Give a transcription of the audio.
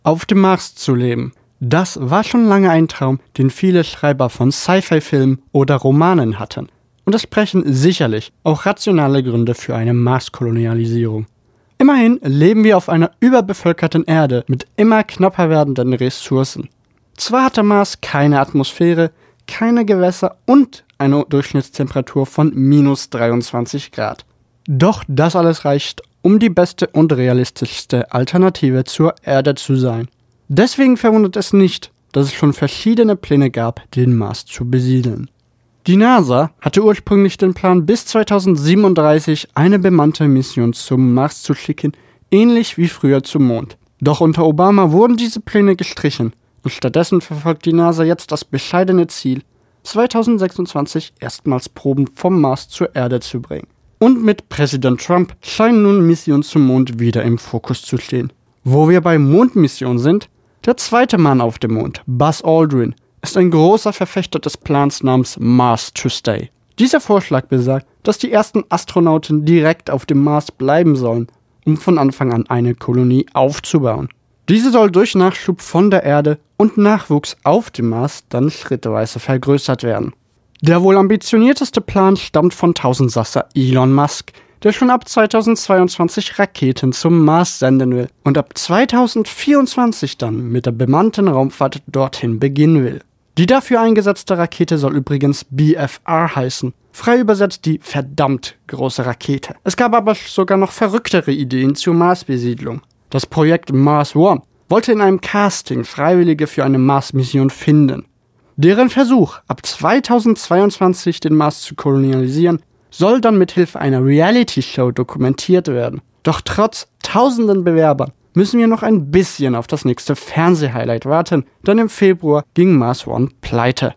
auf dem Mars zu leben. Das war schon lange ein Traum, den viele Schreiber von Sci-Fi-Filmen oder Romanen hatten. Und es sprechen sicherlich auch rationale Gründe für eine Marskolonialisierung. Immerhin leben wir auf einer überbevölkerten Erde mit immer knapper werdenden Ressourcen. Zwar hat der Mars keine Atmosphäre, keine Gewässer und eine Durchschnittstemperatur von -23 Grad. Doch das alles reicht, um die beste und realistischste Alternative zur Erde zu sein. Deswegen verwundert es nicht, dass es schon verschiedene Pläne gab, den Mars zu besiedeln. Die NASA hatte ursprünglich den Plan, bis 2037 eine bemannte Mission zum Mars zu schicken, ähnlich wie früher zum Mond. Doch unter Obama wurden diese Pläne gestrichen und stattdessen verfolgt die NASA jetzt das bescheidene Ziel, 2026 erstmals Proben vom Mars zur Erde zu bringen. Und mit Präsident Trump scheinen nun Missionen zum Mond wieder im Fokus zu stehen. Wo wir bei Mondmissionen sind, der zweite Mann auf dem Mond, Buzz Aldrin, ist ein großer Verfechter des Plans namens Mars to Stay. Dieser Vorschlag besagt, dass die ersten Astronauten direkt auf dem Mars bleiben sollen, um von Anfang an eine Kolonie aufzubauen. Diese soll durch Nachschub von der Erde und Nachwuchs auf dem Mars dann schrittweise vergrößert werden. Der wohl ambitionierteste Plan stammt von Tausendsasser Elon Musk, der schon ab 2022 Raketen zum Mars senden will und ab 2024 dann mit der bemannten Raumfahrt dorthin beginnen will. Die dafür eingesetzte Rakete soll übrigens BFR heißen, frei übersetzt die verdammt große Rakete. Es gab aber sogar noch verrücktere Ideen zur Marsbesiedlung. Das Projekt Mars One wollte in einem Casting Freiwillige für eine Mars-Mission finden. Deren Versuch, ab 2022 den Mars zu kolonialisieren, soll dann mithilfe einer Reality-Show dokumentiert werden. Doch trotz tausenden Bewerbern müssen wir noch ein bisschen auf das nächste Fernsehhighlight warten, denn im Februar ging Mars One pleite.